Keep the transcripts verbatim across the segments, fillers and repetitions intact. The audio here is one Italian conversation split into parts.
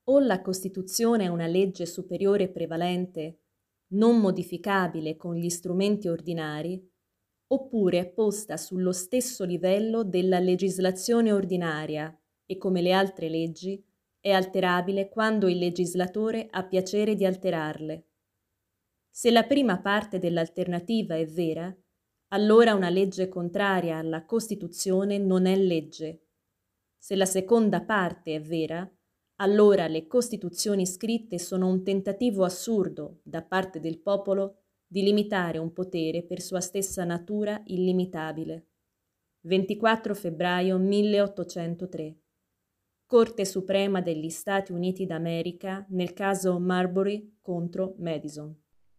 o la Costituzione è una legge superiore prevalente, non modificabile con gli strumenti ordinari, oppure è posta sullo stesso livello della legislazione ordinaria e, come le altre leggi, è alterabile quando il legislatore ha piacere di alterarle. Se la prima parte dell'alternativa è vera, allora una legge contraria alla Costituzione non è legge. Se la seconda parte è vera, allora le Costituzioni scritte sono un tentativo assurdo da parte del popolo di limitare un potere per sua stessa natura illimitabile. ventiquattro febbraio milleottocentotre. Corte Suprema degli Stati Uniti d'America nel caso Marbury contro Madison.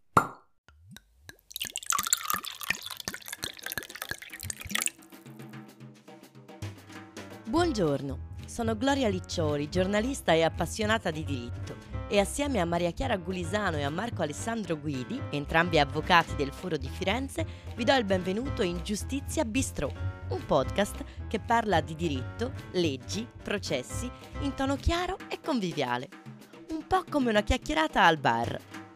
Buongiorno, sono Gloria Liccioli, giornalista e appassionata di diritto, e assieme a Maria Chiara Gulisano e a Marco Alessandro Guidi, entrambi avvocati del Foro di Firenze, vi do il benvenuto in Giustizia Bistrò, un podcast che parla di diritto, leggi, processi, in tono chiaro e conviviale. Un po' come una chiacchierata al bar.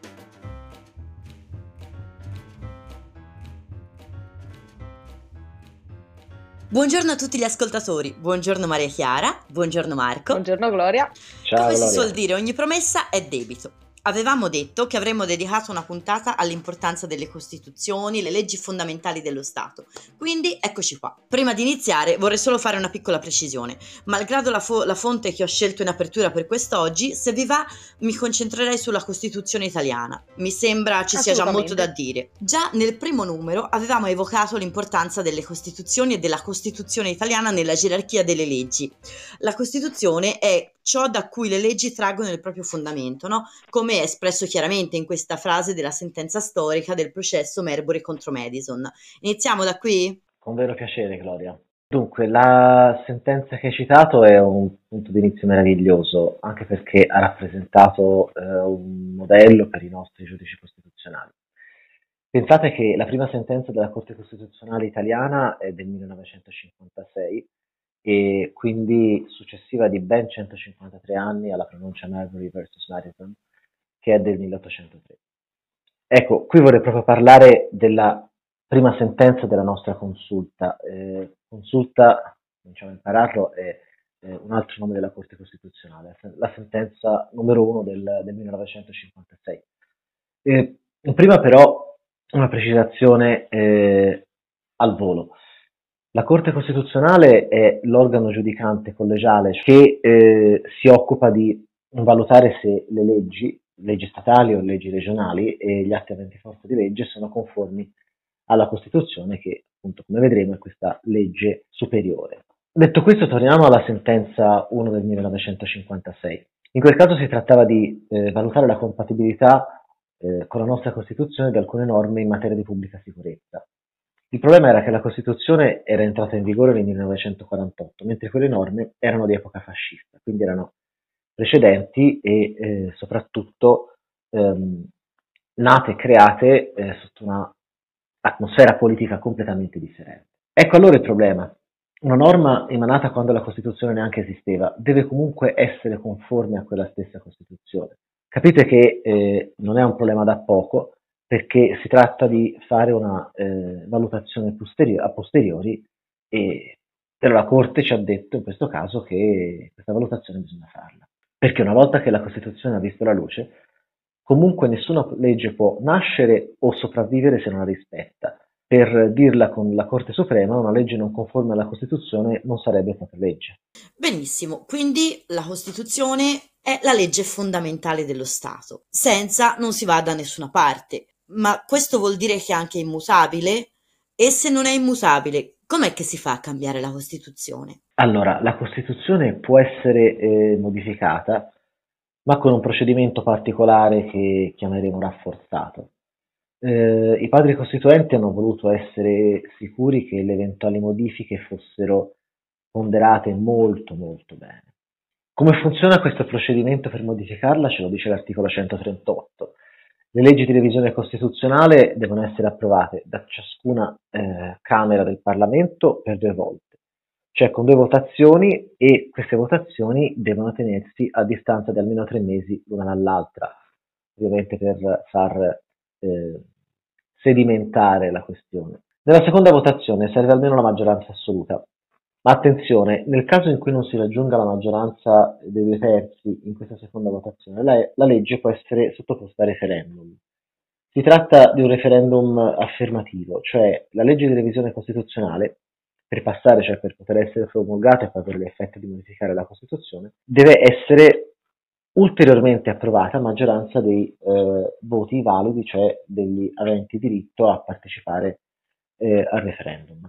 Buongiorno a tutti gli ascoltatori, buongiorno Maria Chiara, buongiorno Marco. Buongiorno Gloria. Ciao, Come Gloria. si suol dire, ogni promessa è debito. Avevamo detto che avremmo dedicato una puntata all'importanza delle Costituzioni, le leggi fondamentali dello Stato. Quindi eccoci qua. Prima di iniziare vorrei solo fare una piccola precisione. Malgrado la, fo- la fonte che ho scelto in apertura per quest'oggi, se vi va mi concentrerei sulla Costituzione italiana. Mi sembra ci sia già molto da dire. Già nel primo numero avevamo evocato l'importanza delle Costituzioni e della Costituzione italiana nella gerarchia delle leggi. La Costituzione è ciò da cui le leggi traggono il proprio fondamento, no? Come è espresso chiaramente in questa frase della sentenza storica del processo Marbury contro Madison. Iniziamo da qui? Con vero piacere, Gloria. Dunque, la sentenza che hai citato è un punto di inizio meraviglioso, anche perché ha rappresentato eh, un modello per i nostri giudici costituzionali. Pensate che la prima sentenza della Corte Costituzionale italiana è del millenovecentocinquantasei e quindi successiva di ben centocinquantatré anni alla pronuncia Marbury versus Madison, che è del milleottocentotre. Ecco, qui vorrei proprio parlare della prima sentenza della nostra consulta. Eh, consulta, cominciamo a impararlo, è eh, un altro nome della Corte Costituzionale, la sentenza numero uno del, del millenovecentocinquantasei. Eh, prima però una precisazione eh, al volo. La Corte Costituzionale è l'organo giudicante collegiale che eh, si occupa di valutare se le leggi, leggi statali o leggi regionali e gli atti aventi forza di legge sono conformi alla Costituzione che, appunto, come vedremo, è questa legge superiore. Detto questo, torniamo alla sentenza uno del millenovecentocinquantasei. In quel caso si trattava di eh, valutare la compatibilità eh, con la nostra Costituzione di alcune norme in materia di pubblica sicurezza. Il problema era che la Costituzione era entrata in vigore nel millenovecentoquarantotto, mentre quelle norme erano di epoca fascista, quindi erano precedenti e eh, soprattutto ehm, nate e create eh, sotto una atmosfera politica completamente differente. Ecco allora il problema. Una norma emanata quando la Costituzione neanche esisteva deve comunque essere conforme a quella stessa Costituzione. Capite che eh, non è un problema da poco, perché si tratta di fare una eh, valutazione posteriori, a posteriori e la Corte ci ha detto in questo caso che questa valutazione bisogna farla. Perché una volta che la Costituzione ha visto la luce, comunque nessuna legge può nascere o sopravvivere se non la rispetta. Per dirla con la Corte Suprema, una legge non conforme alla Costituzione non sarebbe proprio legge. Benissimo, quindi la Costituzione è la legge fondamentale dello Stato. Senza non si va da nessuna parte. Ma questo vuol dire che è anche immutabile? E se non è immutabile, com'è che si fa a cambiare la Costituzione? Allora, la Costituzione può essere eh, modificata, ma con un procedimento particolare che chiameremo rafforzato. Eh, I padri costituenti hanno voluto essere sicuri che le eventuali modifiche fossero ponderate molto molto bene. Come funziona questo procedimento per modificarla ce lo dice l'articolo centotrentotto. Le leggi di revisione costituzionale devono essere approvate da ciascuna eh, Camera del Parlamento per due volte, cioè con due votazioni, e queste votazioni devono tenersi a distanza di almeno tre mesi l'una dall'altra, ovviamente per far eh, sedimentare la questione. Nella seconda votazione serve almeno la maggioranza assoluta, ma attenzione, nel caso in cui non si raggiunga la maggioranza dei due terzi in questa seconda votazione, la, la legge può essere sottoposta a referendum. Si tratta di un referendum affermativo, cioè la legge di revisione costituzionale, per passare, cioè per poter essere promulgata e poi per l'effetto di modificare la Costituzione, deve essere ulteriormente approvata a maggioranza dei eh, voti validi, cioè degli aventi diritto a partecipare eh, al referendum.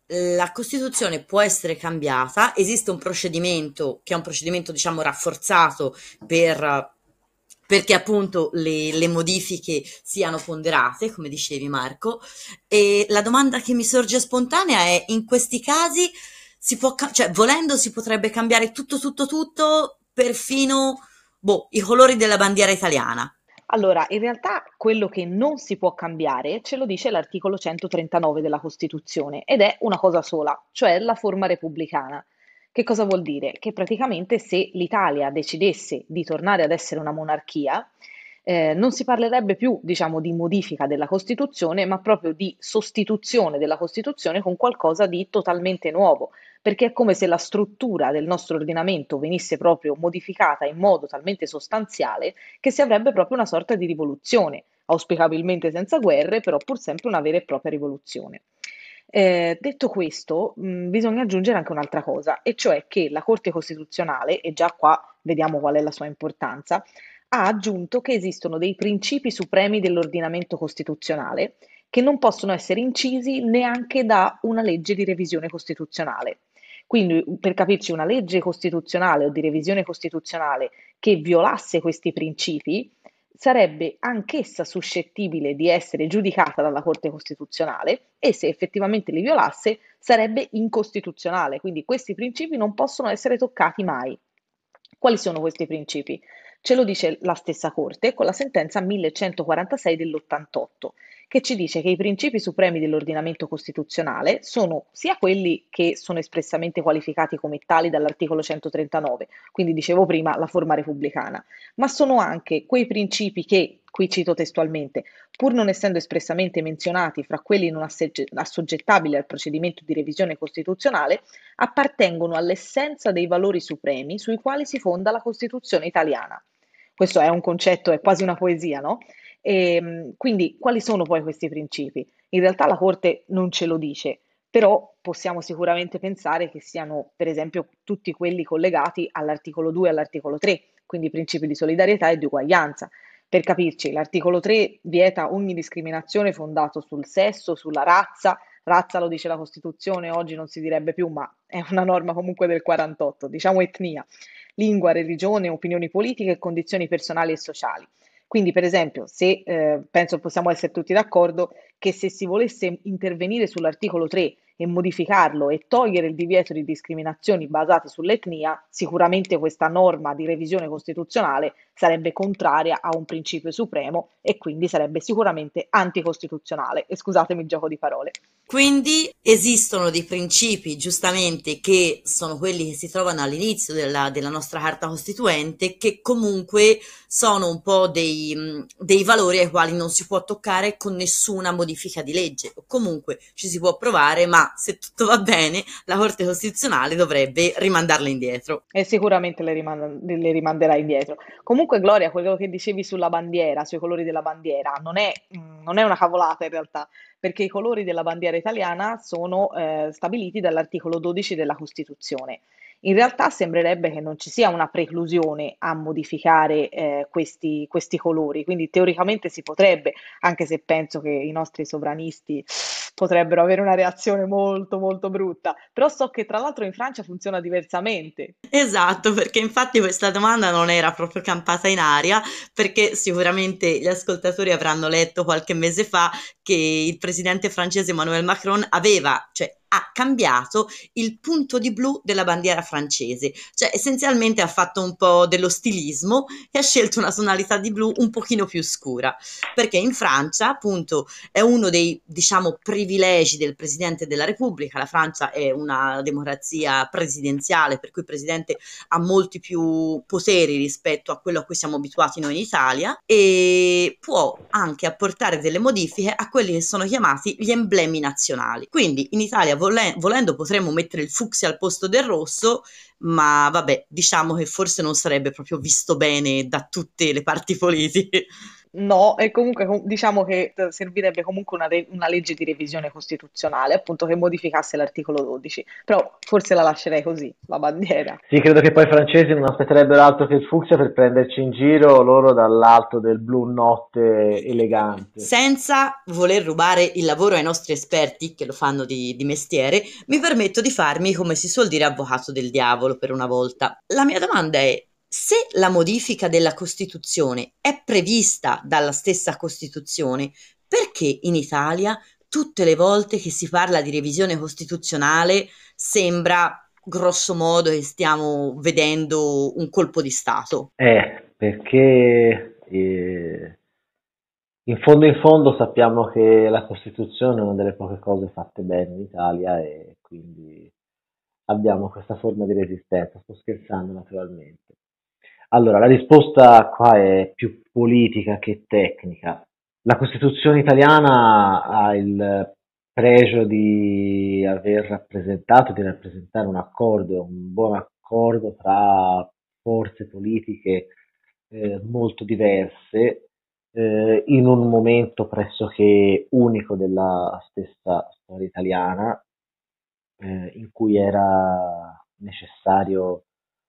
La Costituzione può essere cambiata, esiste un procedimento che è un procedimento, diciamo, rafforzato per, perché appunto le, le modifiche siano ponderate, come dicevi Marco, e la domanda che mi sorge spontanea è: in questi casi si può, cioè volendo si potrebbe cambiare tutto tutto tutto, perfino boh, i colori della bandiera italiana. Allora, in realtà quello che non si può cambiare ce lo dice l'articolo centotrentanove della Costituzione ed è una cosa sola, cioè la forma repubblicana. Che cosa vuol dire? Che praticamente se l'Italia decidesse di tornare ad essere una monarchia, eh, non si parlerebbe più, diciamo, di modifica della Costituzione, ma proprio di sostituzione della Costituzione con qualcosa di totalmente nuovo, perché è come se la struttura del nostro ordinamento venisse proprio modificata in modo talmente sostanziale che si avrebbe proprio una sorta di rivoluzione, auspicabilmente senza guerre, però pur sempre una vera e propria rivoluzione. Eh, detto questo, mh, bisogna aggiungere anche un'altra cosa, e cioè che la Corte Costituzionale, e già qua vediamo qual è la sua importanza, ha aggiunto che esistono dei principi supremi dell'ordinamento costituzionale che non possono essere incisi neanche da una legge di revisione costituzionale. Quindi, per capirci, una legge costituzionale o di revisione costituzionale che violasse questi principi sarebbe anch'essa suscettibile di essere giudicata dalla Corte Costituzionale e se effettivamente li violasse sarebbe incostituzionale. Quindi questi principi non possono essere toccati mai. Quali sono questi principi? Ce lo dice la stessa Corte con la sentenza millecentoquarantasei dell'ottantotto, che ci dice che i principi supremi dell'ordinamento costituzionale sono sia quelli che sono espressamente qualificati come tali dall'articolo centotrentanove, quindi dicevo prima la forma repubblicana, ma sono anche quei principi che, qui cito testualmente, pur non essendo espressamente menzionati fra quelli non assoggettabili al procedimento di revisione costituzionale, appartengono all'essenza dei valori supremi sui quali si fonda la Costituzione italiana. Questo è un concetto, è quasi una poesia, no? E, quindi quali sono poi questi principi? In realtà la Corte non ce lo dice, però possiamo sicuramente pensare che siano, per esempio, tutti quelli collegati all'articolo due e all'articolo tre, quindi i principi di solidarietà e di uguaglianza. Per capirci, l'articolo tre vieta ogni discriminazione fondato sul sesso, sulla razza. Razza lo dice la Costituzione, oggi non si direbbe più, ma è una norma comunque del quarantotto, diciamo etnia, lingua, religione, opinioni politiche e condizioni personali e sociali. Quindi, per esempio, se eh, penso possiamo essere tutti d'accordo che se si volesse intervenire sull'articolo tre e modificarlo e togliere il divieto di discriminazioni basate sull'etnia, sicuramente questa norma di revisione costituzionale sarebbe contraria a un principio supremo e quindi sarebbe sicuramente anticostituzionale. E scusatemi il gioco di parole. Quindi esistono dei principi, giustamente, che sono quelli che si trovano all'inizio della, della nostra Carta Costituente, che comunque sono un po' dei, dei valori ai quali non si può toccare con nessuna modifica di legge. O comunque ci si può provare, ma se tutto va bene, la Corte Costituzionale dovrebbe rimandarle indietro. E sicuramente le, rimand- le rimanderà indietro. Comunque, Gloria, quello che dicevi sulla bandiera, sui colori della bandiera, non è, mh, non è una cavolata in realtà, perché i colori della bandiera italiana sono eh, stabiliti dall'articolo dodici della Costituzione. In realtà sembrerebbe che non ci sia una preclusione a modificare eh, questi, questi colori, quindi teoricamente si potrebbe, anche se penso che i nostri sovranisti potrebbero avere una reazione molto molto brutta, però so che tra l'altro in Francia funziona diversamente. Esatto, perché infatti questa domanda non era proprio campata in aria, perché sicuramente gli ascoltatori avranno letto qualche mese fa che il presidente francese Emmanuel Macron aveva, cioè ha cambiato il punto di blu della bandiera francese, cioè essenzialmente ha fatto un po' dello stilismo e ha scelto una tonalità di blu un pochino più scura, perché in Francia appunto è uno dei, diciamo, privilegi del Presidente della Repubblica. La Francia è una democrazia presidenziale, per cui il Presidente ha molti più poteri rispetto a quello a cui siamo abituati noi in Italia, e può anche apportare delle modifiche a quelli che sono chiamati gli emblemi nazionali. Quindi in Italia vole- volendo potremmo mettere il fucsia al posto del rosso, ma vabbè, diciamo che forse non sarebbe proprio visto bene da tutte le parti politiche. No, e comunque com- diciamo che eh, servirebbe comunque una, re- una legge di revisione costituzionale, appunto che modificasse l'articolo dodici, però forse la lascerei così, la bandiera. Sì, credo che poi i francesi non aspetterebbero altro che il fucsia per prenderci in giro loro dall'alto del blu notte elegante. Senza voler rubare il lavoro ai nostri esperti, che lo fanno di, di mestiere, mi permetto di farmi, come si suol dire, avvocato del diavolo per una volta. La mia domanda è: se la modifica della Costituzione è prevista dalla stessa Costituzione, perché in Italia tutte le volte che si parla di revisione costituzionale sembra grosso modo che stiamo vedendo un colpo di Stato? Eh, perché eh, in fondo in fondo sappiamo che la Costituzione è una delle poche cose fatte bene in Italia e quindi abbiamo questa forma di resistenza. Sto scherzando naturalmente. Allora, la risposta qua è più politica che tecnica. La Costituzione italiana ha il pregio di aver rappresentato, di rappresentare un accordo, un buon accordo tra forze politiche eh, molto diverse, eh, in un momento pressoché unico della stessa storia italiana, eh, in cui era necessario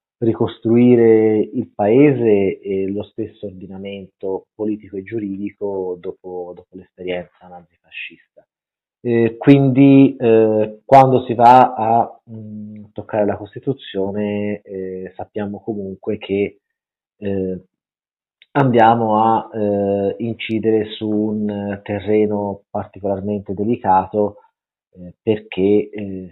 ricostruire il paese e lo stesso ordinamento politico e giuridico dopo, dopo l'esperienza nazifascista. Eh, quindi eh, quando si va a mh, toccare la Costituzione eh, sappiamo comunque che eh, andiamo a eh, incidere su un terreno particolarmente delicato eh, perché eh,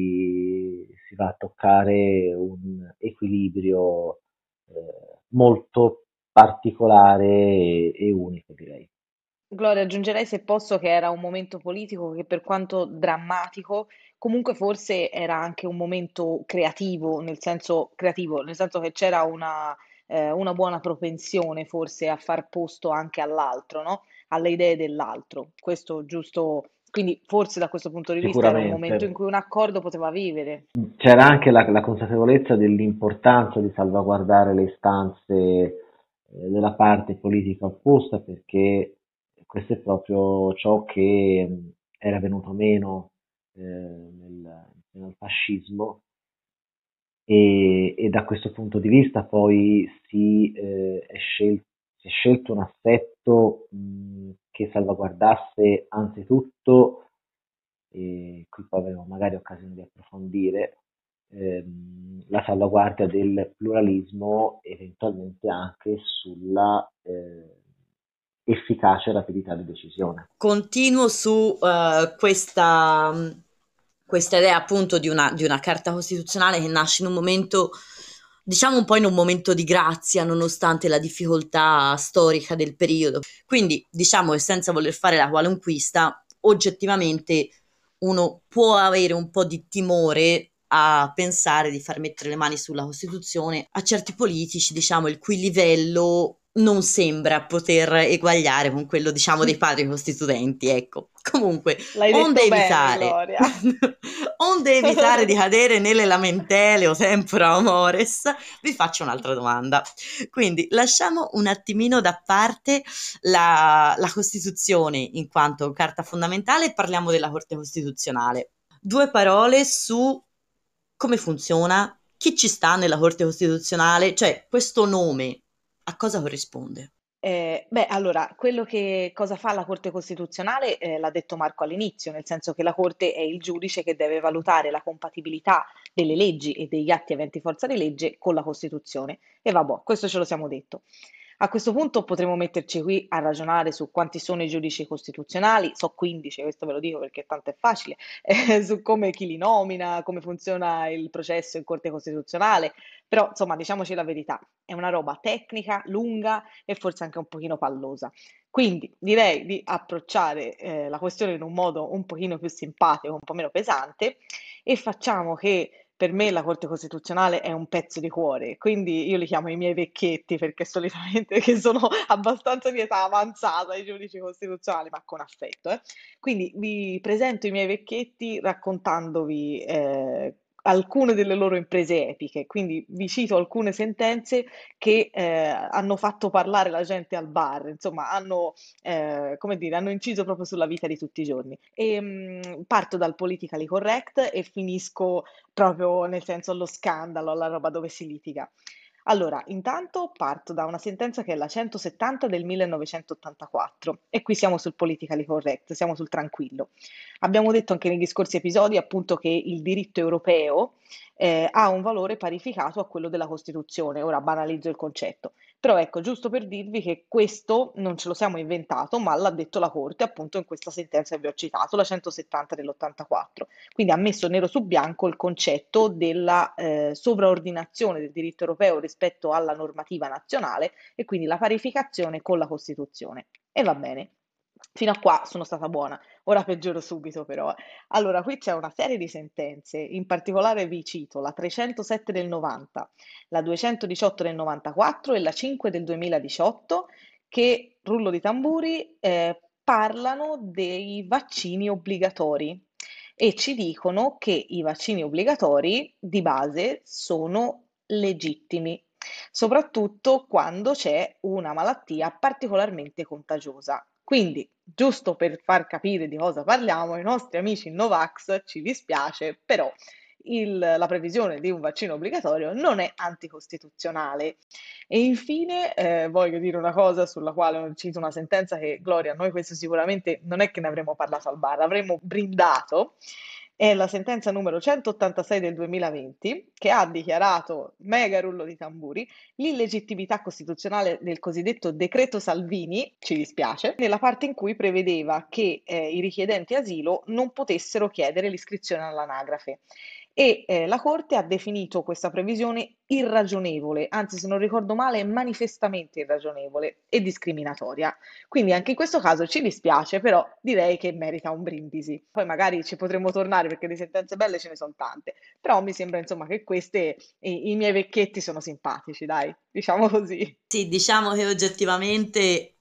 si, si va a toccare un equilibrio eh, molto particolare e, e unico, direi. Gloria, aggiungerei se posso che era un momento politico che per quanto drammatico, comunque forse era anche un momento creativo, nel senso creativo, nel senso che c'era una, eh, una buona propensione forse a far posto anche all'altro, no? Alle idee dell'altro. Questo giusto, quindi forse da questo punto di vista era un momento in Sicuramente. cui un accordo poteva vivere. C'era anche la, la consapevolezza dell'importanza di salvaguardare le istanze eh, della parte politica opposta, perché questo è proprio ciò che mh, era venuto meno eh, nel, nel fascismo e, e da questo punto di vista poi si, eh, è scel- si è scelto un assetto mh, che salvaguardasse anzitutto, e qui poi avremo magari occasione di approfondire, ehm, la salvaguardia del pluralismo, eventualmente anche sulla eh, efficace e rapidità di decisione. Continuo su eh, questa, questa idea appunto di una, di una carta costituzionale che nasce in un momento, diciamo un po' in un momento di grazia, nonostante la difficoltà storica del periodo. Quindi diciamo che senza voler fare la qualunquista, oggettivamente uno può avere un po' di timore a pensare di far mettere le mani sulla Costituzione a certi politici, diciamo, il cui livello non sembra poter eguagliare con quello, diciamo, dei padri costituenti, ecco. Comunque, L'hai onde detto bene, evitare, Gloria. onde evitare di cadere nelle lamentele o tempora o mores, vi faccio un'altra domanda. Quindi, lasciamo un attimino da parte la, la Costituzione in quanto carta fondamentale e parliamo della Corte Costituzionale. Due parole su come funziona, chi ci sta nella Corte Costituzionale, cioè questo nome a cosa corrisponde? Eh, beh, allora, quello che cosa fa la Corte Costituzionale, eh, l'ha detto Marco all'inizio, nel senso che la Corte è il giudice che deve valutare la compatibilità delle leggi e degli atti aventi forza di legge con la Costituzione. E vabbè, questo ce lo siamo detto. A questo punto potremo metterci qui a ragionare su quanti sono i giudici costituzionali, so quindici, questo ve lo dico perché tanto è facile, eh, su come chi li nomina, come funziona il processo in Corte Costituzionale, però insomma diciamoci la verità, è una roba tecnica, lunga e forse anche un pochino pallosa. Quindi direi di approcciare eh, la questione in un modo un pochino più simpatico, un po' meno pesante e facciamo che per me la Corte Costituzionale è un pezzo di cuore, quindi io li chiamo i miei vecchietti perché solitamente che sono abbastanza di età avanzata i giudici costituzionali, ma con affetto, eh. Quindi vi presento i miei vecchietti raccontandovi eh, alcune delle loro imprese epiche, quindi vi cito alcune sentenze che eh, hanno fatto parlare la gente al bar, insomma hanno, eh, come dire, hanno inciso proprio sulla vita di tutti i giorni. E, mh, parto dal politically correct e finisco proprio nel senso allo scandalo, alla roba dove si litiga. Allora, intanto parto da una sentenza che è la centosettanta del millenovecentottantaquattro e qui siamo sul politically correct, siamo sul tranquillo. Abbiamo detto anche negli scorsi episodi appunto che il diritto europeo eh, ha un valore parificato a quello della Costituzione, ora banalizzo il concetto, però ecco, giusto per dirvi che questo non ce lo siamo inventato, ma l'ha detto la Corte appunto in questa sentenza che vi ho citato, la centosettanta dell'ottantaquattro. Quindi ha messo nero su bianco il concetto della eh, sovraordinazione del diritto europeo rispetto alla normativa nazionale e quindi la parificazione con la Costituzione. E va bene. Fino a qua sono stata buona, ora peggioro subito però. Allora, qui c'è una serie di sentenze, in particolare vi cito la trecentosette del novanta, la duecentodiciotto del novantaquattro e la cinque del duemiladiciotto, che, rullo di tamburi, eh, parlano dei vaccini obbligatori e ci dicono che i vaccini obbligatori di base sono legittimi, soprattutto quando c'è una malattia particolarmente contagiosa. Quindi, giusto per far capire di cosa parliamo, i nostri amici Novax, ci dispiace, però il- la previsione di un vaccino obbligatorio non è anticostituzionale. E infine eh, voglio dire una cosa sulla quale ho cito una sentenza che, Gloria, noi questo sicuramente non è che ne avremmo parlato al bar, avremmo brindato. È la sentenza numero centottantasei del duemilaventi che ha dichiarato, mega rullo di tamburi, l'illegittimità costituzionale del cosiddetto decreto Salvini, ci dispiace, nella parte in cui prevedeva che eh, i richiedenti asilo non potessero chiedere l'iscrizione all'anagrafe. E eh, la Corte ha definito questa previsione irragionevole, anzi se non ricordo male manifestamente irragionevole e discriminatoria. Quindi anche in questo caso ci dispiace, però direi che merita un brindisi. Poi magari ci potremo tornare perché di sentenze belle ce ne sono tante, però mi sembra insomma che queste, i, i miei vecchietti sono simpatici, dai, diciamo così. Sì, diciamo che oggettivamente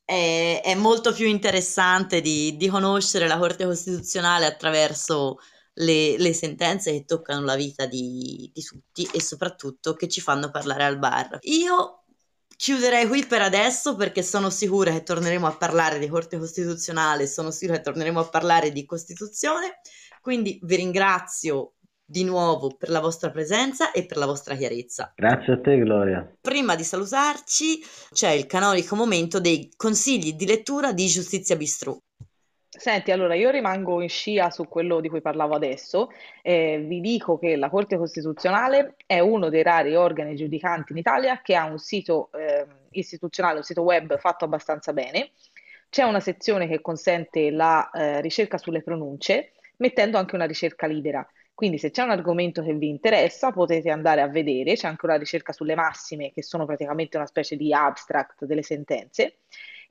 è, è molto più interessante di, di conoscere la Corte Costituzionale attraverso le, le sentenze che toccano la vita di, di tutti e soprattutto che ci fanno parlare al bar. Io chiuderei qui per adesso perché sono sicura che torneremo a parlare di Corte Costituzionale, sono sicura che torneremo a parlare di Costituzione, quindi vi ringrazio di nuovo per la vostra presenza e per la vostra chiarezza. Grazie a te, Gloria. Prima di salutarci c'è il canonico momento dei consigli di lettura di Giustizia Bistrò. Senti, allora io rimango in scia su quello di cui parlavo adesso. Eh, vi dico che la Corte Costituzionale è uno dei rari organi giudicanti in Italia che ha un sito eh, istituzionale, un sito web fatto abbastanza bene. C'è una sezione che consente la eh, ricerca sulle pronunce, mettendo anche una ricerca libera. Quindi se c'è un argomento che vi interessa potete andare a vedere, c'è anche una ricerca sulle massime che sono praticamente una specie di abstract delle sentenze.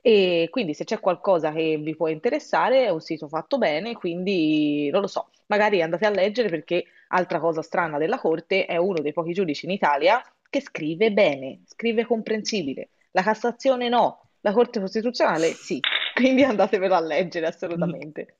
E quindi se c'è qualcosa che vi può interessare è un sito fatto bene, quindi non lo so, magari andate a leggere perché altra cosa strana della Corte è uno dei pochi giudici in Italia che scrive bene, scrive comprensibile. La Cassazione no, la Corte Costituzionale sì, quindi andatevelo a leggere assolutamente.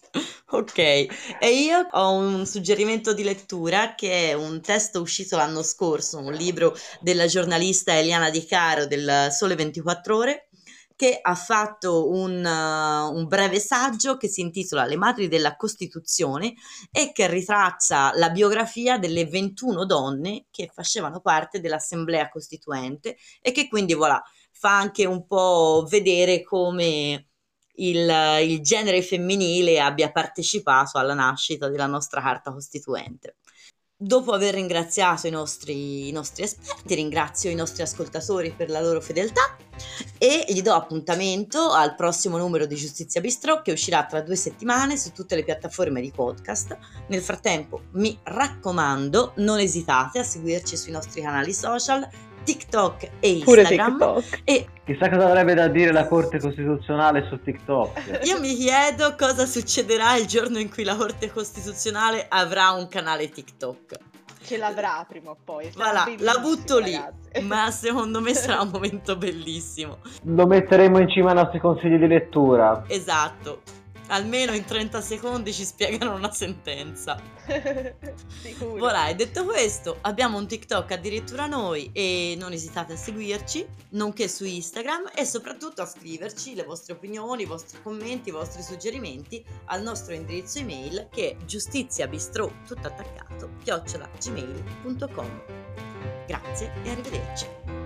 Ok, e io ho un suggerimento di lettura che è un testo uscito l'anno scorso, un libro della giornalista Eliana Di Caro del Sole ventiquattro Ore, che ha fatto un, uh, un breve saggio che si intitola Le madri della Costituzione e che ritraccia la biografia delle ventuno donne che facevano parte dell'Assemblea Costituente e che quindi voilà, fa anche un po' vedere come il, il genere femminile abbia partecipato alla nascita della nostra Carta Costituente. Dopo aver ringraziato i nostri, i nostri esperti, ringrazio i nostri ascoltatori per la loro fedeltà e gli do appuntamento al prossimo numero di Giustizia Bistrò, che uscirà tra due settimane su tutte le piattaforme di podcast. Nel frattempo, mi raccomando, non esitate a seguirci sui nostri canali social, TikTok e Pure Instagram. TikTok. E Chissà cosa avrebbe da dire la Corte Costituzionale su TikTok. io mi chiedo cosa succederà il giorno in cui la Corte Costituzionale avrà un canale TikTok. Ce l'avrà prima o poi. sarà Voilà, la bellissimo, butto lì, ragazzi. ma secondo me sarà un momento bellissimo. Lo metteremo in cima ai nostri consigli di lettura. Esatto, almeno in trenta secondi ci spiegano una sentenza. Sicuro. Voilà, e detto questo, abbiamo un TikTok addirittura noi e non esitate a seguirci, nonché su Instagram, e soprattutto a scriverci le vostre opinioni, i vostri commenti, i vostri suggerimenti al nostro indirizzo email, che è giustiziabistrò, tutto attaccato, chiocciola gmail punto com. Grazie e arrivederci.